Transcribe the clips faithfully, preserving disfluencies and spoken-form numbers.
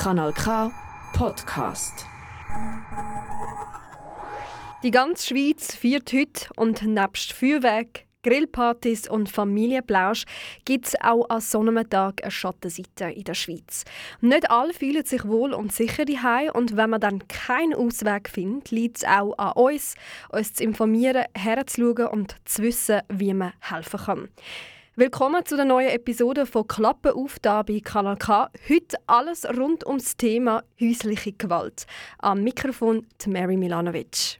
Kanal K Podcast. Die ganze Schweiz feiert heute und nebst Feuerwerk, Grillpartys und Familienplausch gibt es auch an so einem Tag eine Schattenseite in der Schweiz. Nicht alle fühlen sich wohl und sicher daheim und wenn man dann keinen Ausweg findet, liegt es auch an uns, uns zu informieren, herzuschauen und zu wissen, wie man helfen kann. Willkommen zu der neuen Episode von «Klappe auf» hier bei Kanal K. Heute alles rund ums Thema häusliche Gewalt. Am Mikrofon die Mary Milanovic.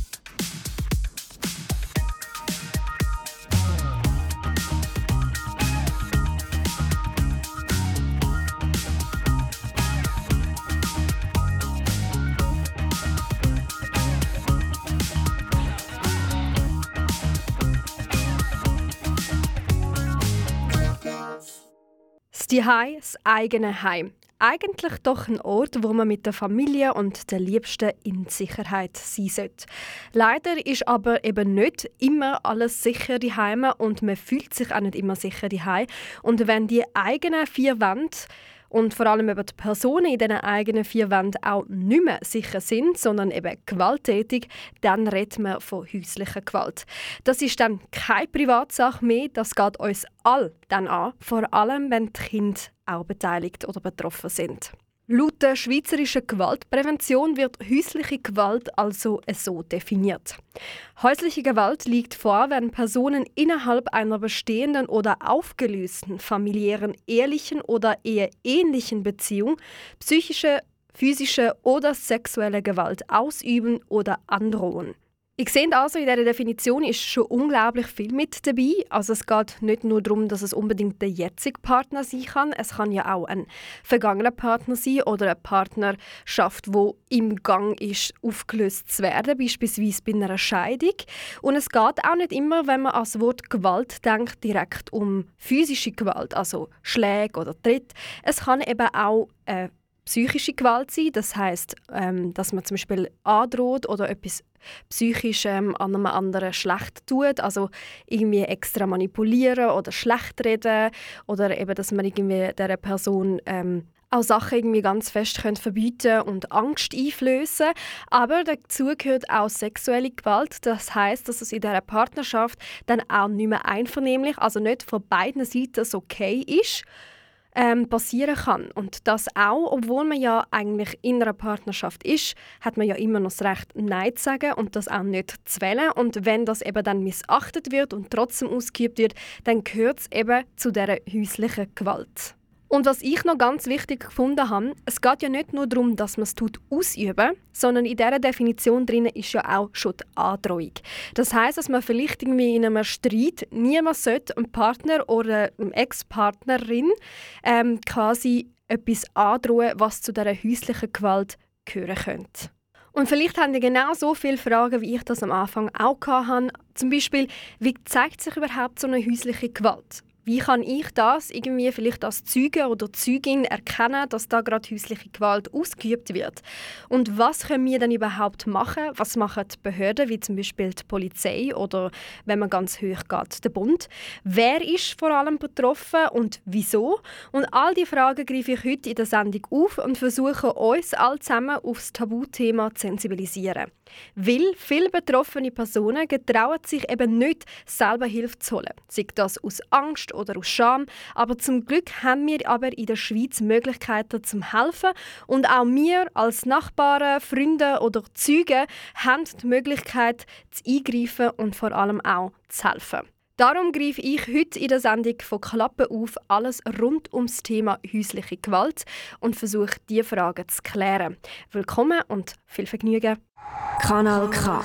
Das Zuhause, das eigene Heim. Eigentlich doch ein Ort, wo man mit der Familie und den Liebsten in Sicherheit sein sollte. Leider ist aber eben nicht immer alles sicher daheim und man fühlt sich auch nicht immer sicher daheim. Und wenn die eigenen vier Wände und vor allem eben die Personen in diesen eigenen vier Wänden auch nicht mehr sicher sind, sondern eben gewalttätig, dann redet man von häuslicher Gewalt. Das ist dann keine Privatsache mehr, das geht uns alle dann an, vor allem wenn die Kinder auch beteiligt oder betroffen sind. Laut der schweizerischen Gewaltprävention wird häusliche Gewalt also so definiert. Häusliche Gewalt liegt vor, wenn Personen innerhalb einer bestehenden oder aufgelösten familiären, ehelichen oder eheähnlichen Beziehung psychische, physische oder sexuelle Gewalt ausüben oder androhen. Ich sehe also, in dieser Definition ist schon unglaublich viel mit dabei. Also es geht nicht nur darum, dass es unbedingt der jetzige Partner sein kann. Es kann ja auch ein vergangener Partner sein oder eine Partnerschaft, die im Gang ist, aufgelöst zu werden, beispielsweise bei einer Scheidung. Und es geht auch nicht immer, wenn man an das Wort Gewalt denkt, direkt um physische Gewalt, also Schläge oder Tritt. Es kann eben auch äh, psychische Gewalt sein, das heisst, ähm, dass man zum Beispiel androht oder etwas psychisch ähm, an einem anderen schlecht tut, also irgendwie extra manipulieren oder schlecht reden oder eben, dass man irgendwie dieser Person ähm, auch Sachen irgendwie ganz fest können verbieten und Angst einflößen. Aber dazu gehört auch sexuelle Gewalt. Das heisst, dass es in dieser Partnerschaft dann auch nicht mehr einvernehmlich, also nicht von beiden Seiten so okay ist, Ähm, passieren kann. Und das auch, obwohl man ja eigentlich in einer Partnerschaft ist, hat man ja immer noch das Recht, Nein zu sagen und das auch nicht zu wählen. Und wenn das eben dann missachtet wird und trotzdem ausgeübt wird, dann gehört es eben zu dieser häuslichen Gewalt. Und was ich noch ganz wichtig gefunden habe, es geht ja nicht nur darum, dass man es tut ausüben, sondern in dieser Definition drin ist ja auch schon die Androhung. Das heisst, dass man vielleicht irgendwie in einem Streit niemand sollte, einem Partner oder einer Ex-Partnerin ähm, quasi etwas androhen, was zu dieser häuslichen Gewalt gehören könnte. Und vielleicht haben ihr genau so viele Fragen, wie ich das am Anfang auch hatte. Zum Beispiel, wie zeigt sich überhaupt so eine häusliche Gewalt? Wie kann ich das irgendwie vielleicht als Zeuge oder Zeugin erkennen, dass da gerade häusliche Gewalt ausgeübt wird? Und was können wir denn überhaupt machen? Was machen die Behörden, wie zum Beispiel die Polizei oder, wenn man ganz hoch geht, der Bund? Wer ist vor allem betroffen und wieso? Und all diese Fragen greife ich heute in der Sendung auf und versuche uns alle zusammen auf das Tabuthema zu sensibilisieren. Weil viele betroffene Personen getrauen sich eben nicht, selber Hilfe zu holen. Sei das aus Angst oder aus Scham. Aber zum Glück haben wir aber in der Schweiz Möglichkeiten zum Helfen. Und auch wir als Nachbarn, Freunde oder Zeugen haben die Möglichkeit zu eingreifen und vor allem auch zu helfen. Darum greife ich heute in der Sendung von «Klappe auf» alles rund ums Thema häusliche Gewalt und versuche, diese Fragen zu klären. Willkommen und viel Vergnügen. Kanal K.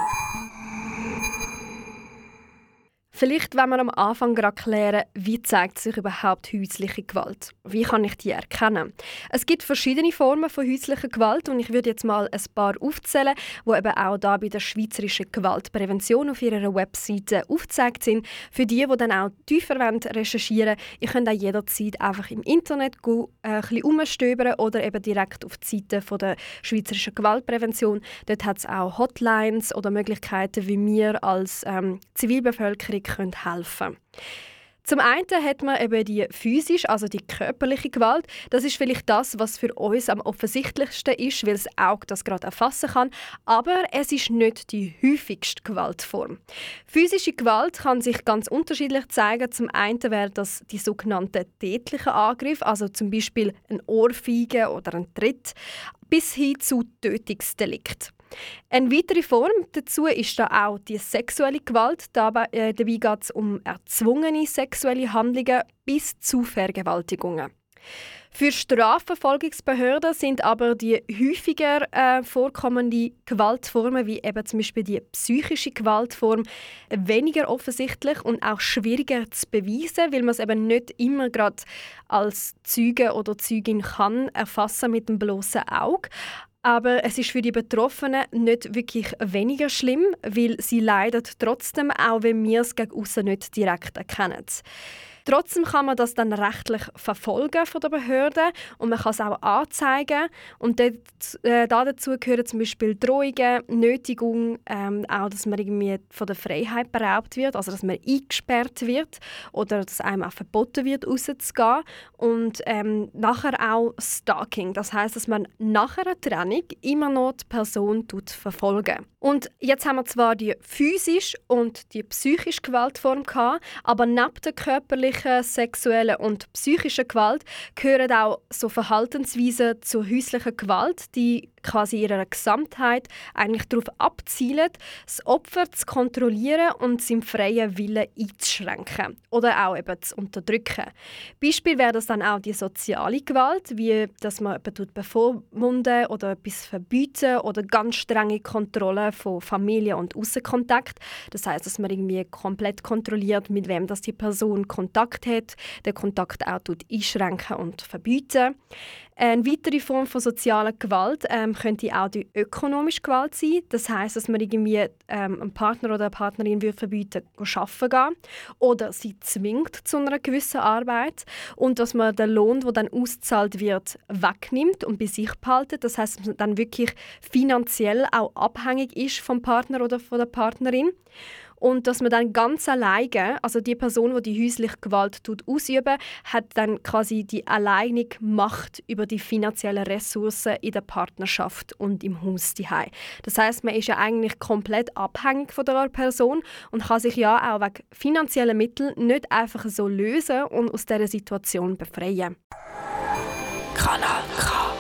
Vielleicht wollen wir am Anfang gerade klären, wie zeigt sich überhaupt häusliche Gewalt? Wie kann ich die erkennen? Es gibt verschiedene Formen von häuslicher Gewalt und ich würde jetzt mal ein paar aufzählen, die eben auch da bei der Schweizerischen Gewaltprävention auf ihrer Webseite aufgezeigt sind. Für die, die dann auch tiefer recherchieren wollen, ihr könnt auch jederzeit einfach im Internet go, äh, ein bisschen umstöbern oder eben direkt auf die Seite von der Schweizerischen Gewaltprävention. Dort hat es auch Hotlines oder Möglichkeiten, wie wir als ähm, Zivilbevölkerung können helfen können. Zum einen hat man eben die physische, also die körperliche Gewalt. Das ist vielleicht das, was für uns am offensichtlichsten ist, weil das Auge das gerade erfassen kann. Aber es ist nicht die häufigste Gewaltform. Physische Gewalt kann sich ganz unterschiedlich zeigen. Zum einen wäre das die sogenannten tätlichen Angriffe, also zum Beispiel ein Ohrfeige oder ein Tritt, bis hin zu Tötungsdelikt. Eine weitere Form dazu ist da auch die sexuelle Gewalt. Dabei, äh, dabei geht es um erzwungene sexuelle Handlungen bis zu Vergewaltigungen. Für Strafverfolgungsbehörden sind aber die häufiger äh, vorkommenden Gewaltformen, wie eben zum Beispiel die psychische Gewaltform, weniger offensichtlich und auch schwieriger zu beweisen, weil man es eben nicht immer gerade als Zeuge oder Zeugin kann erfassen mit dem bloßen Auge. Aber es ist für die Betroffenen nicht wirklich weniger schlimm, weil sie leiden trotzdem, auch wenn wir es gegen aussen nicht direkt erkennen. Trotzdem kann man das dann rechtlich verfolgen von der Behörde und man kann es auch anzeigen. Und dort, äh, dazu gehören zum Beispiel Drohungen, Nötigung, ähm, auch, dass man irgendwie von der Freiheit beraubt wird, also dass man eingesperrt wird oder dass einem auch verboten wird, rauszugehen. Und ähm, nachher auch Stalking, das heisst, dass man nach einer Trennung immer noch die Person verfolgen. Und jetzt haben wir zwar die physische und die psychische Gewaltform gehabt, aber neben der körperlichen, sexuellen und psychischen Gewalt gehören auch so Verhaltensweisen zur häuslichen Gewalt, die quasi in ihrer Gesamtheit eigentlich darauf abzielen, das Opfer zu kontrollieren und seinen freien Willen einzuschränken oder auch eben zu unterdrücken. Beispiel wäre das dann auch die soziale Gewalt, wie dass man jemanden bevormunden oder etwas verbieten oder ganz strenge Kontrolle von Familie und Aussenkontakt. Das heißt, dass man irgendwie komplett kontrolliert, mit wem das die Person Kontakt hat, den Kontakt auch einschränken und verbieten. Eine weitere Form von sozialer Gewalt ähm, könnte auch die ökonomische Gewalt sein. Das heisst, dass man irgendwie ähm, einem Partner oder einer Partnerin würde verbieten würde, arbeiten gehen oder sie zwingt zu einer gewissen Arbeit und dass man den Lohn, der dann ausgezahlt wird, wegnimmt und bei sich behaltet. Das heisst, dass man dann wirklich finanziell auch abhängig ist vom Partner oder von der Partnerin. Und dass man dann ganz alleine, also die Person, die die häusliche Gewalt ausübt, hat dann quasi die alleinige Macht über die finanziellen Ressourcen in der Partnerschaft und im Haus daheim. Das heißt, man ist ja eigentlich komplett abhängig von der Person und kann sich ja auch wegen finanzieller Mittel nicht einfach so lösen und aus dieser Situation befreien. Kanal K.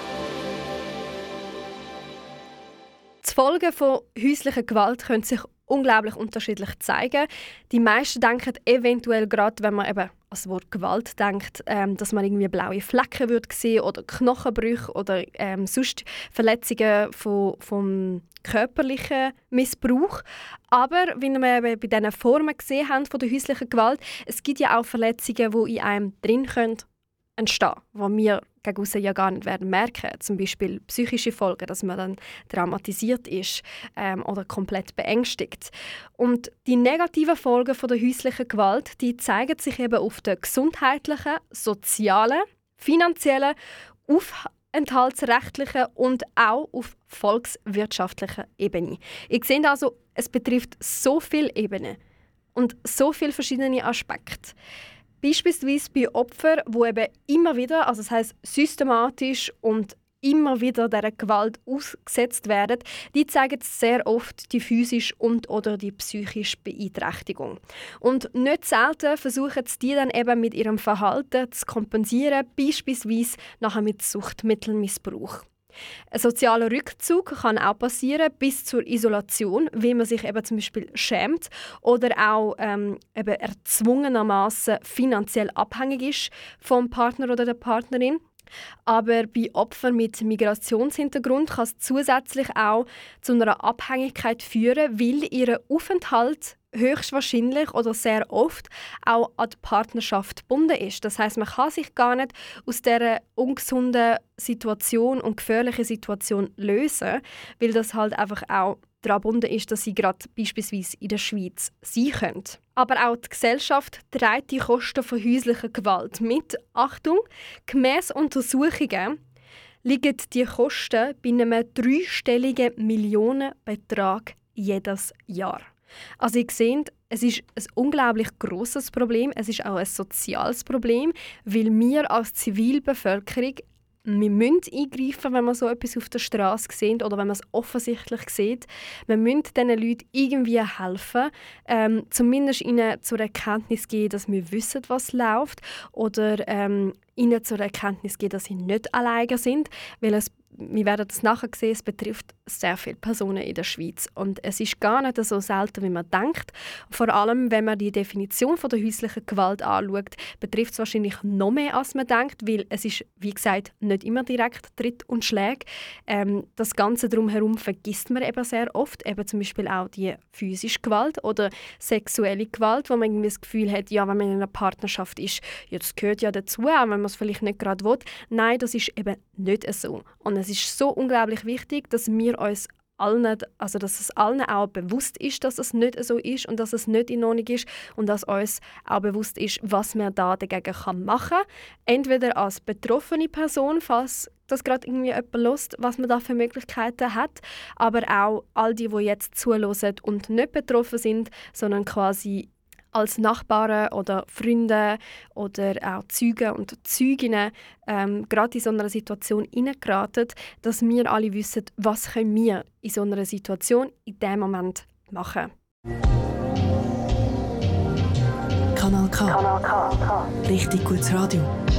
Die Folgen von häuslicher Gewalt können sich unglaublich unterschiedlich zeigen. Die meisten denken eventuell gerade, wenn man eben an das Wort Gewalt denkt, ähm, dass man irgendwie blaue Flecken würde sehen oder Knochenbrüche oder ähm, sonst Verletzungen von, vom körperlichen Missbrauch. Aber wie wir eben bei diesen Formen gesehen haben von der häuslichen Gewalt, es gibt ja auch Verletzungen, die in einem drin können entstehen, die wir gegen aussen ja gar nicht werden merken. Zum Beispiel psychische Folgen, dass man dann traumatisiert ist ähm, oder komplett beängstigt. Und die negativen Folgen von der häuslichen Gewalt, die zeigen sich eben auf der gesundheitlichen, sozialen, finanziellen, aufenthaltsrechtlichen und auch auf volkswirtschaftlicher Ebene. Ihr seht also, es betrifft so viele Ebenen und so viele verschiedene Aspekte. Beispielsweise bei Opfern, die eben immer wieder, also das heisst systematisch und immer wieder dieser Gewalt ausgesetzt werden, die zeigen sehr oft die physische und oder die psychische Beeinträchtigung. Und nicht selten versuchen sie die dann eben mit ihrem Verhalten zu kompensieren, beispielsweise nachher mit Suchtmittelmissbrauch. Ein sozialer Rückzug kann auch passieren bis zur Isolation, wie man sich eben zum Beispiel schämt oder auch ähm, eben erzwungenermaßen finanziell abhängig ist vom Partner oder der Partnerin. Aber bei Opfern mit Migrationshintergrund kann es zusätzlich auch zu einer Abhängigkeit führen, weil ihr Aufenthalt höchstwahrscheinlich oder sehr oft auch an die Partnerschaft gebunden ist. Das heißt, man kann sich gar nicht aus dieser ungesunden Situation und gefährlichen Situation lösen, weil das halt einfach auch daran gebunden ist, dass sie gerade beispielsweise in der Schweiz sein können. Aber auch die Gesellschaft trägt die Kosten von häuslicher Gewalt mit. Achtung, gemäss Untersuchungen liegen die Kosten bei einem dreistelligen Millionenbetrag jedes Jahr. Also ihr seht, Es ist ein unglaublich grosses Problem. Es ist auch ein soziales Problem, weil wir als Zivilbevölkerung wir müssen eingreifen, wenn wir so etwas auf der Straße sehen oder wenn man es offensichtlich sieht. Wir müssen diesen Leuten irgendwie helfen, ähm, zumindest ihnen zur Erkenntnis geben, dass wir wissen, was läuft, oder ähm, ihnen zur Erkenntnis geben, dass sie nicht alleine sind, weil es wir werden es nachher sehen, es betrifft sehr viele Personen in der Schweiz. Und es ist gar nicht so selten, wie man denkt. Vor allem, wenn man die Definition von der häuslichen Gewalt anschaut, betrifft es wahrscheinlich noch mehr, als man denkt, weil es ist, wie gesagt, nicht immer direkt Tritt und Schläge. Ähm, das Ganze drumherum vergisst man eben sehr oft, eben zum Beispiel auch die physische Gewalt oder sexuelle Gewalt, wo man irgendwie das Gefühl hat, ja, wenn man in einer Partnerschaft ist, ja, das gehört ja dazu, auch wenn man es vielleicht nicht gerade will. Nein, das ist eben nicht so. Und es ist so unglaublich wichtig, dass wir uns allen, also dass es allen auch bewusst ist, dass es nicht so ist und dass es nicht in Ordnung ist und dass uns auch bewusst ist, was man da dagegen machen kann. Entweder als betroffene Person, falls das gerade irgendwie jemand hört, was man da für Möglichkeiten hat, aber auch all die, die jetzt zuhören und nicht betroffen sind, sondern quasi als Nachbarn oder Freunde oder auch Zeugen und Zeuginnen ähm, gerade in so einer Situation hineingeraten, dass wir alle wissen, was können wir in so einer Situation in diesem Moment machen. Kanal K. Kanal K. Richtig gutes Radio.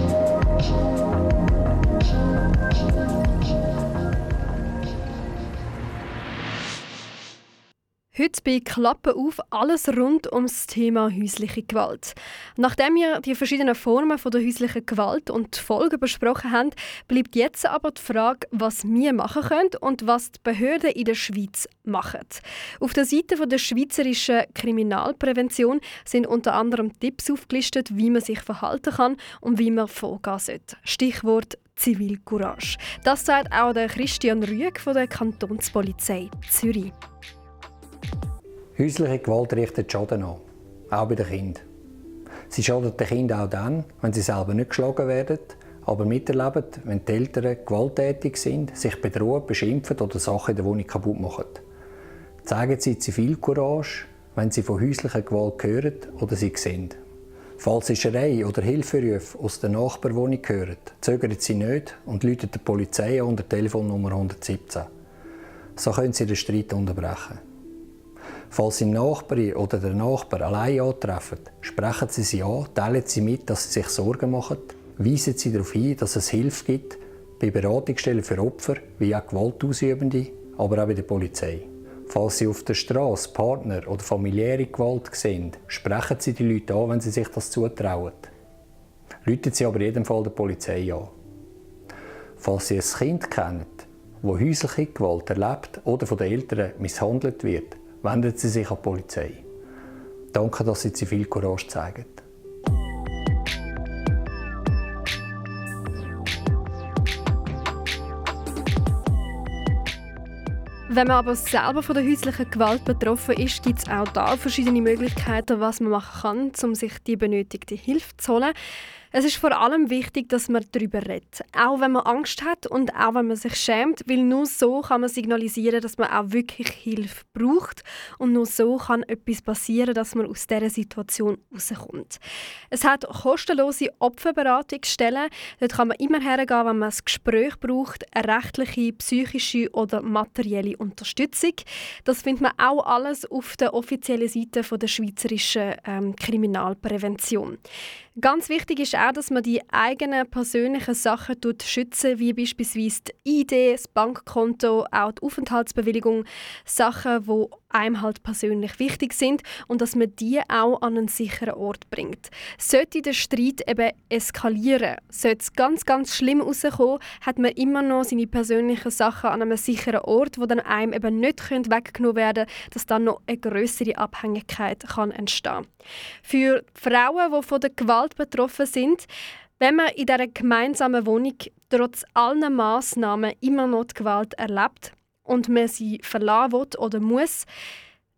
Heute bei Klappe auf alles rund ums Thema häusliche Gewalt. Nachdem wir die verschiedenen Formen von der häuslichen Gewalt und die Folgen besprochen haben, bleibt jetzt aber die Frage, was wir machen können und was die Behörden in der Schweiz machen. Auf der Seite von der Schweizerischen Kriminalprävention sind unter anderem Tipps aufgelistet, wie man sich verhalten kann und wie man vorgehen sollte. Stichwort Zivilcourage. Das sagt auch der Christian Rüegg von der Kantonspolizei Zürich. Häusliche Gewalt richtet Schaden an, auch bei den Kindern. Sie schadet den Kindern auch dann, wenn sie selber nicht geschlagen werden, aber miterleben, wenn die Eltern gewalttätig sind, sich bedrohen, beschimpfen oder Sachen in der Wohnung kaputt machen. Zeigen Sie Zivilcourage, wenn Sie von häuslicher Gewalt hören oder sie sehen. Falls Sie Schreie oder Hilferufe aus der Nachbarwohnung hören, zögern Sie nicht und rufen die Polizei an unter Telefonnummer hundertsiebzehn. So können Sie den Streit unterbrechen. Falls Sie die Nachbarin oder den Nachbar allein antreffen, sprechen Sie sie an, teilen Sie mit, dass Sie sich Sorgen machen, weisen Sie darauf hin, dass es Hilfe gibt bei Beratungsstellen für Opfer, wie auch Gewaltausübende, aber auch bei der Polizei. Falls Sie auf der Straße Partner oder familiäre Gewalt sehen, sprechen Sie die Leute an, wenn sie sich das zutrauen. Rufen Sie aber in jedem Fall der Polizei an. Falls Sie ein Kind kennen, das häusliche Gewalt erlebt oder von den Eltern misshandelt wird, wenden Sie sich an die Polizei. Danke, dass Sie Zivilcourage zeigen. Wenn man aber selber von der häuslichen Gewalt betroffen ist, gibt es auch da verschiedene Möglichkeiten, was man machen kann, um sich die benötigte Hilfe zu holen. Es ist vor allem wichtig, dass man darüber redet, auch wenn man Angst hat und auch wenn man sich schämt, weil nur so kann man signalisieren, dass man auch wirklich Hilfe braucht und nur so kann etwas passieren, dass man aus dieser Situation rauskommt. Es hat kostenlose Opferberatungsstellen. Dort kann man immer hergehen, wenn man ein Gespräch braucht, eine rechtliche, psychische oder materielle Unterstützung. Das findet man auch alles auf der offiziellen Seite von der Schweizerischen ähm, Kriminalprävention. Ganz wichtig ist auch, dass man die eigenen persönlichen Sachen schützen, wie beispielsweise die I D, das Bankkonto, auch die Aufenthaltsbewilligung, Sachen, die einem halt persönlich wichtig sind und dass man die auch an einen sicheren Ort bringt. Sollte der Streit eben eskalieren, sollte es ganz, ganz schlimm rauskommen, hat man immer noch seine persönlichen Sachen an einem sicheren Ort, wo dann einem eben nicht weggenommen werden können, dass dann noch eine grössere Abhängigkeit kann entstehen. Für Frauen, die von der Gewalt betroffen sind, wenn man in dieser gemeinsamen Wohnung trotz aller Massnahmen immer noch die Gewalt erlebt und man sie verlassen will oder muss,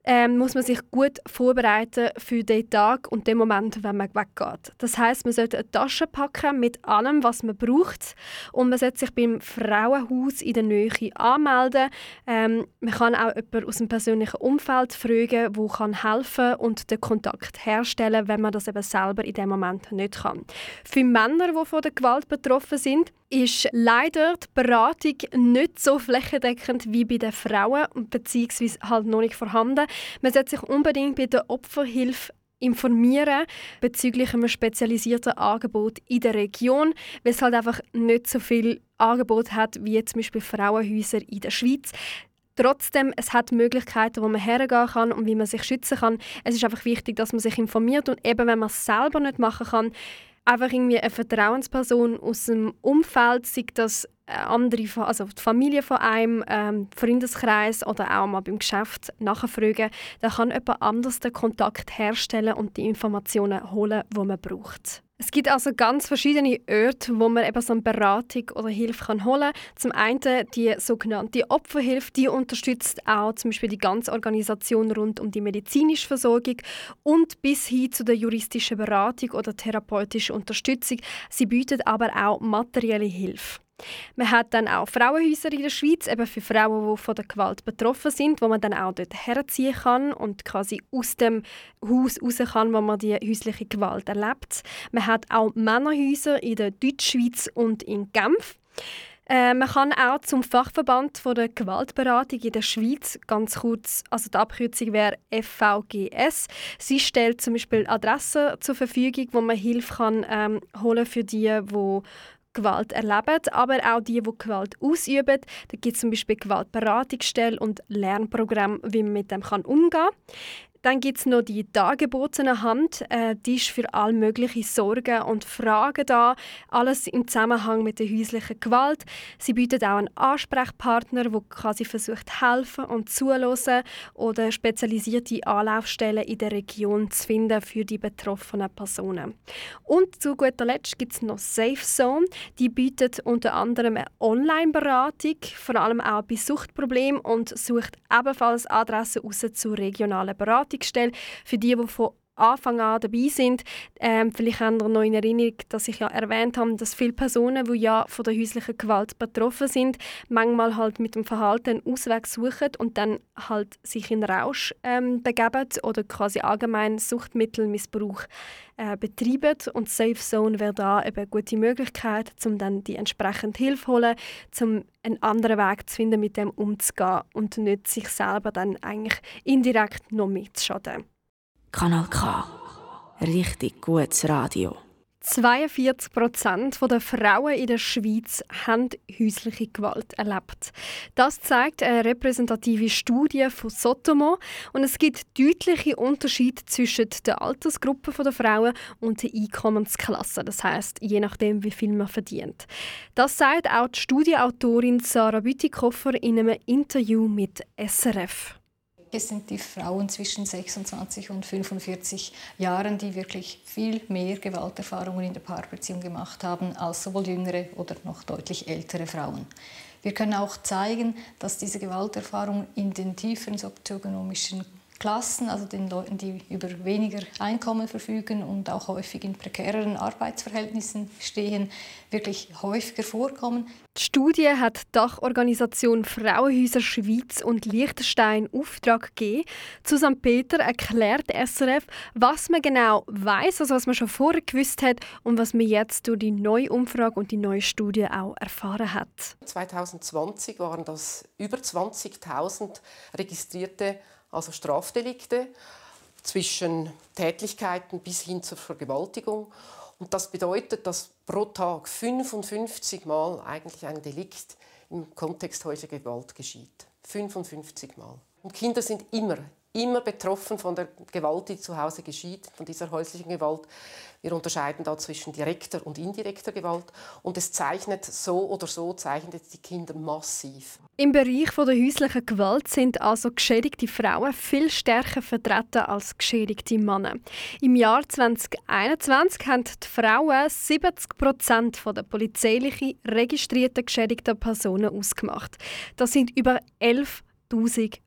ähm, muss man sich gut vorbereiten für den Tag und den Moment, wenn man weggeht. Das heisst, man sollte eine Tasche packen mit allem, was man braucht, und man sollte sich beim Frauenhaus in der Nähe anmelden. Ähm, man kann auch jemanden aus dem persönlichen Umfeld fragen, der kann helfen und den Kontakt herstellen, wenn man das eben selber in dem Moment nicht kann. Für Männer, die von der Gewalt betroffen sind, ist leider die Beratung nicht so flächendeckend wie bei den Frauen, beziehungsweise halt noch nicht vorhanden. Man sollte sich unbedingt bei der Opferhilfe informieren bezüglich einem spezialisierten Angebot in der Region, weil es halt einfach nicht so viel Angebot hat wie zum Beispiel Frauenhäuser in der Schweiz. Trotzdem, es hat Möglichkeiten, wo man hergehen kann und wie man sich schützen kann. Es ist einfach wichtig, dass man sich informiert und eben, wenn man es selber nicht machen kann, einfach irgendwie eine Vertrauensperson aus dem Umfeld, sei das andere, also die Familie von einem, ähm, Freundeskreis oder auch mal beim Geschäft nachfragen. Da kann jemand anders den Kontakt herstellen und die Informationen holen, die man braucht. Es gibt also ganz verschiedene Orte, wo man eben so eine Beratung oder Hilfe kann holen kann. Zum einen die sogenannte Opferhilfe, die unterstützt auch zum Beispiel die ganze Organisation rund um die medizinische Versorgung und bis hin zu der juristischen Beratung oder therapeutischen Unterstützung. Sie bietet aber auch materielle Hilfe. Man hat dann auch Frauenhäuser in der Schweiz, eben für Frauen, die von der Gewalt betroffen sind, wo man dann auch dort herziehen kann und quasi aus dem Haus raus kann, wo man die häusliche Gewalt erlebt. Man hat auch Männerhäuser in der Deutschschweiz und in Genf. Äh, man kann auch zum Fachverband von der Gewaltberatung in der Schweiz, ganz kurz, also die Abkürzung wäre F V G S. Sie stellt zum Beispiel Adressen zur Verfügung, wo man Hilfe kann, ähm, holen für die, die Gewalt erleben, aber auch die, die Gewalt ausüben. Da gibt es zum Beispiel Gewaltberatungsstellen und Lernprogramme, wie man mit dem umgehen kann. Dann gibt es noch die dargebotene Hand. Äh, die ist für all mögliche Sorgen und Fragen da. Alles im Zusammenhang mit der häuslichen Gewalt. Sie bietet auch einen Ansprechpartner, der quasi versucht, helfen und zuhören oder spezialisierte Anlaufstellen in der Region zu finden für die betroffenen Personen. Und zu guter Letzt gibt es noch Safe Zone. Die bietet unter anderem eine Online-Beratung, vor allem auch bei Suchtproblemen, und sucht ebenfalls Adressen raus zu regionalen Beratungen. Für die, die von Anfang an dabei sind. Ähm, vielleicht haben Sie noch in Erinnerung, dass ich ja erwähnt habe, dass viele Personen, die ja von der häuslichen Gewalt betroffen sind, manchmal halt mit dem Verhalten einen Ausweg suchen und dann halt sich in Rausch ähm, begeben oder quasi allgemein Suchtmittelmissbrauch äh, betreiben. Und Safe Zone wäre da eben eine gute Möglichkeit, um dann die entsprechende Hilfe zu holen, um einen anderen Weg zu finden, mit dem umzugehen und nicht sich selber dann eigentlich indirekt noch mitzuschaden. Kanal K. Richtig gutes Radio. zweiundvierzig Prozent der Frauen in der Schweiz haben häusliche Gewalt erlebt. Das zeigt eine repräsentative Studie von Sotomo. Und es gibt deutliche Unterschiede zwischen den Altersgruppen der Frauen und den Einkommensklassen. Das heisst, je nachdem, wie viel man verdient. Das sagt auch die Studienautorin Sarah Bütikofer in einem Interview mit S R F. Es sind die Frauen zwischen sechsundzwanzig und fünfundvierzig Jahren, die wirklich viel mehr Gewalterfahrungen in der Paarbeziehung gemacht haben als sowohl jüngere oder noch deutlich ältere Frauen. Wir können auch zeigen, dass diese Gewalterfahrungen in den tieferen sozioökonomischen Klassen, also den Leuten, die über weniger Einkommen verfügen und auch häufig in prekäreren Arbeitsverhältnissen stehen, wirklich häufiger vorkommen. Die Studie hat die Dachorganisation Frauenhäuser Schweiz und Liechtenstein Auftrag gegeben. Zu Sankt Peter erklärt S R F, was man genau weiss, also was man schon vorher gewusst hat und was man jetzt durch die neue Umfrage und die neue Studie auch erfahren hat. zwanzig zwanzig waren das über zwanzigtausend registrierte also Strafdelikte zwischen Tätlichkeiten bis hin zur Vergewaltigung. Und das bedeutet, dass pro Tag fünfundfünfzig Mal eigentlich ein Delikt im Kontext häuslicher Gewalt geschieht. fünfundfünfzig Mal. Und Kinder sind immer, immer betroffen von der Gewalt, die zu Hause geschieht, von dieser häuslichen Gewalt. Wir unterscheiden da zwischen direkter und indirekter Gewalt. Und es zeichnet so oder so zeichnet die Kinder massiv. Im Bereich der häuslichen Gewalt sind also geschädigte Frauen viel stärker vertreten als geschädigte Männer. Im Jahr zwanzig einundzwanzig haben die Frauen siebzig Prozent der polizeilich registrierten geschädigten Personen ausgemacht. Das sind über elftausend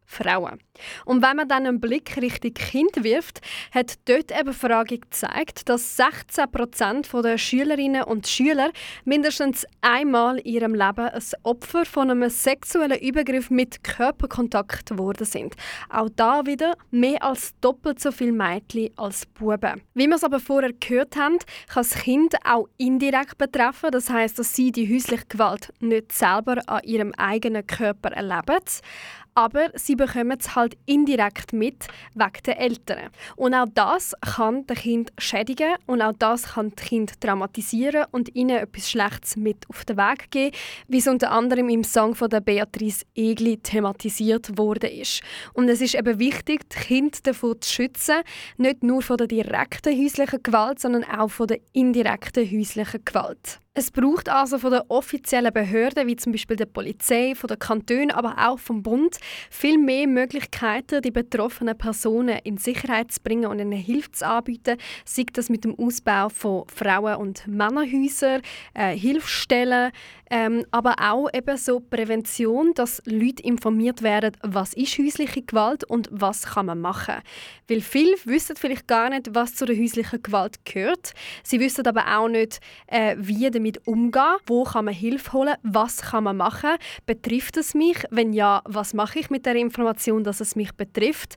Frauen. Und wenn man dann einen Blick Richtung Kind wirft, hat dort eine Befragung gezeigt, dass sechzehn Prozent der Schülerinnen und Schüler mindestens einmal in ihrem Leben ein Opfer von einem sexuellen Übergriff mit Körperkontakt geworden sind. Auch da wieder mehr als doppelt so viele Mädchen als Buben. Wie wir es aber vorher gehört haben, kann das Kind auch indirekt betreffen. Das heisst, dass sie die häusliche Gewalt nicht selber an ihrem eigenen Körper erleben, aber sie bekommen es halt indirekt mit wegen den Eltern. Und auch das kann das Kind schädigen und auch das kann das Kind traumatisieren und ihnen etwas Schlechtes mit auf den Weg geben, wie es unter anderem im Song von der Beatrice Egli thematisiert worden ist. Und es ist eben wichtig, die Kinder davor zu schützen, nicht nur von der direkten häuslichen Gewalt, sondern auch von der indirekten häuslichen Gewalt. Es braucht also von den offiziellen Behörden, wie zum Beispiel der Polizei, von den Kantonen, aber auch vom Bund, viel mehr Möglichkeiten, die betroffenen Personen in Sicherheit zu bringen und ihnen Hilfe zu anbieten, sei das mit dem Ausbau von Frauen- und Männerhäusern, äh, Hilfsstellen, ähm, aber auch eben so Prävention, dass Leute informiert werden, was ist häusliche Gewalt und was kann man machen. Weil viele wissen vielleicht gar nicht, was zu der häuslichen Gewalt gehört. Sie wissen aber auch nicht, äh, wie damit umgehen, wo kann man Hilfe holen, was kann man machen, betrifft es mich, wenn ja, was mache ich mit der Information, dass es mich betrifft.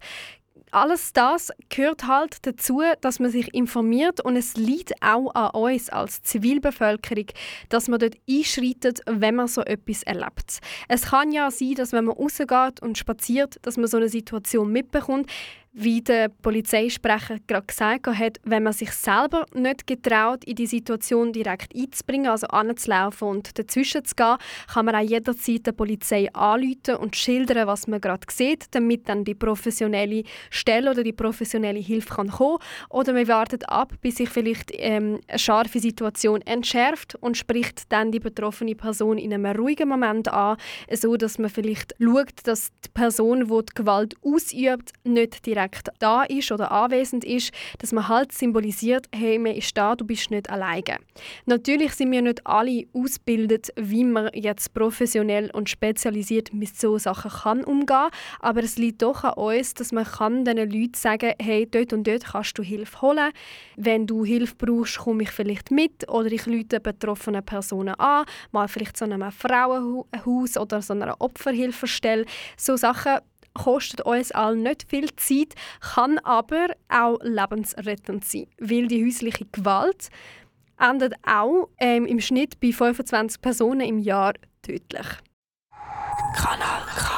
Alles das gehört halt dazu, dass man sich informiert und es liegt auch an uns als Zivilbevölkerung, dass man dort einschreitet, wenn man so etwas erlebt. Es kann ja sein, dass wenn man rausgeht und spaziert, dass man so eine Situation mitbekommt, wie der Polizeisprecher gerade gesagt hat, wenn man sich selber nicht getraut, in die Situation direkt einzubringen, also anzulaufen und dazwischen zu gehen, kann man auch jederzeit der Polizei anrufen und schildern, was man gerade sieht, damit dann die professionelle Stelle oder die professionelle Hilfe kann kommen. Oder man wartet ab, bis sich vielleicht ähm, eine scharfe Situation entschärft und spricht dann die betroffene Person in einem ruhigen Moment an, so dass man vielleicht schaut, dass die Person, die die Gewalt ausübt, nicht direkt da ist oder anwesend ist, dass man halt symbolisiert, hey, man ist da, du bist nicht alleine. Natürlich sind wir nicht alle ausgebildet, wie man jetzt professionell und spezialisiert mit so Sachen kann umgehen, aber es liegt doch an uns, dass man kann diesen Leuten sagen, hey, dort und dort kannst du Hilfe holen. Wenn du Hilfe brauchst, komme ich vielleicht mit oder ich rufe betroffene Personen an, mal vielleicht so einem Frauenhaus oder so einer Opferhilfestelle. So Sachen kostet uns allen nicht viel Zeit, kann aber auch lebensrettend sein, weil die häusliche Gewalt endet auch ähm, im Schnitt bei fünfundzwanzig Personen im Jahr tödlich. Kanal K.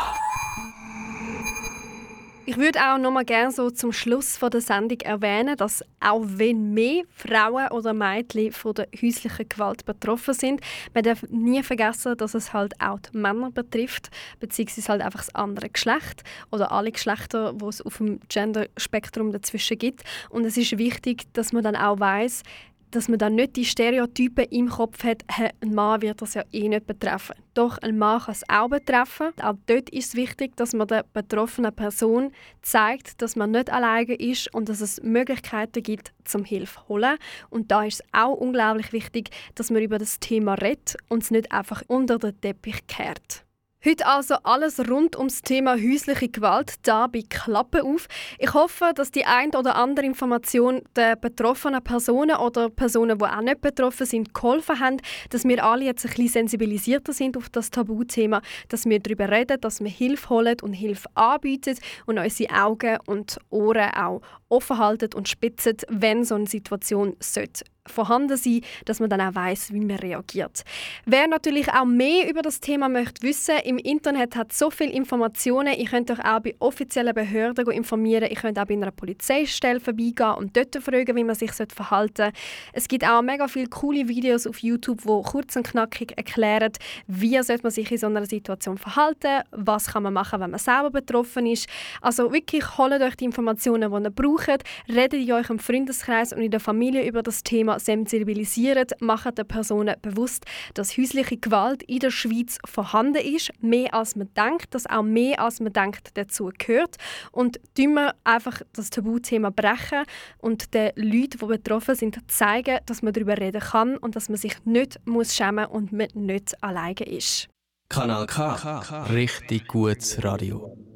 Ich würde auch noch mal gerne so zum Schluss von der Sendung erwähnen, dass auch wenn mehr Frauen oder Mädchen von der häuslichen Gewalt betroffen sind, man darf nie vergessen, dass es halt auch die Männer betrifft, beziehungsweise halt einfach das andere Geschlecht oder alle Geschlechter, die es auf dem Gender-Spektrum dazwischen gibt. Und es ist wichtig, dass man dann auch weiss, dass man dann nicht die Stereotypen im Kopf hat, hey, ein Mann wird das ja eh nicht betreffen. Doch ein Mann kann es auch betreffen. Auch dort ist es wichtig, dass man der betroffenen Person zeigt, dass man nicht alleine ist und dass es Möglichkeiten gibt, zum Hilfe zu holen. Und da ist es auch unglaublich wichtig, dass man über das Thema redet und es nicht einfach unter den Teppich kehrt. Heute also alles rund ums Thema häusliche Gewalt da bei Klappe auf. Ich hoffe, dass die ein oder andere Information den betroffenen Personen oder Personen, die auch nicht betroffen sind, geholfen haben, dass wir alle jetzt ein bisschen sensibilisierter sind auf das Tabuthema, dass wir darüber reden, dass wir Hilfe holen und Hilfe anbieten und unsere Augen und Ohren auch offen halten und spitzen, wenn so eine Situation sollte vorhanden sein, dass man dann auch weiss, wie man reagiert. Wer natürlich auch mehr über das Thema möchte wissen, im Internet hat so viele Informationen. Ihr könnt euch auch bei offiziellen Behörden informieren. Ihr könnt auch bei einer Polizeistelle vorbeigehen und dort fragen, wie man sich verhalten sollte. Es gibt auch mega viele coole Videos auf YouTube, die kurz und knackig erklären, wie sollte man sich in so einer Situation verhalten, was kann man machen, wenn man selber betroffen ist. Also wirklich, holt euch die Informationen, die ihr braucht, redet in eurem Freundeskreis und in der Familie über das Thema, sensibilisieren, machen den Personen bewusst, dass häusliche Gewalt in der Schweiz vorhanden ist, mehr als man denkt, dass auch mehr als man denkt dazu gehört. Und tun wir einfach das Tabuthema brechen und den Leuten, die betroffen sind, zeigen, dass man darüber reden kann und dass man sich nicht muss schämen und man nicht alleine ist. Kanal K. Richtig gutes Radio.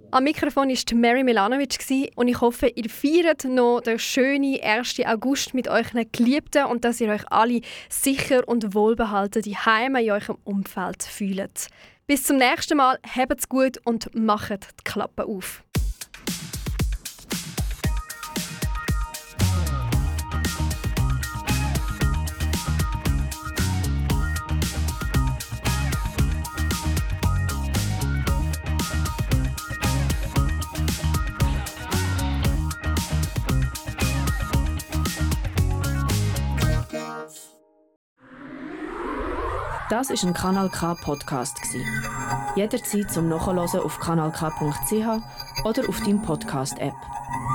Am Mikrofon war Mary Milanovic und ich hoffe, ihr feiert noch den schönen ersten August mit euren Geliebten und dass ihr euch alle sicher und wohlbehalten daheim in eurem Umfeld fühlt. Bis zum nächsten Mal, habt's gut und macht die Klappe auf. Das ist ein Kanal K Podcast. Jederzeit zum Nachhören auf kanal k punkt c h oder auf deinem Podcast-App.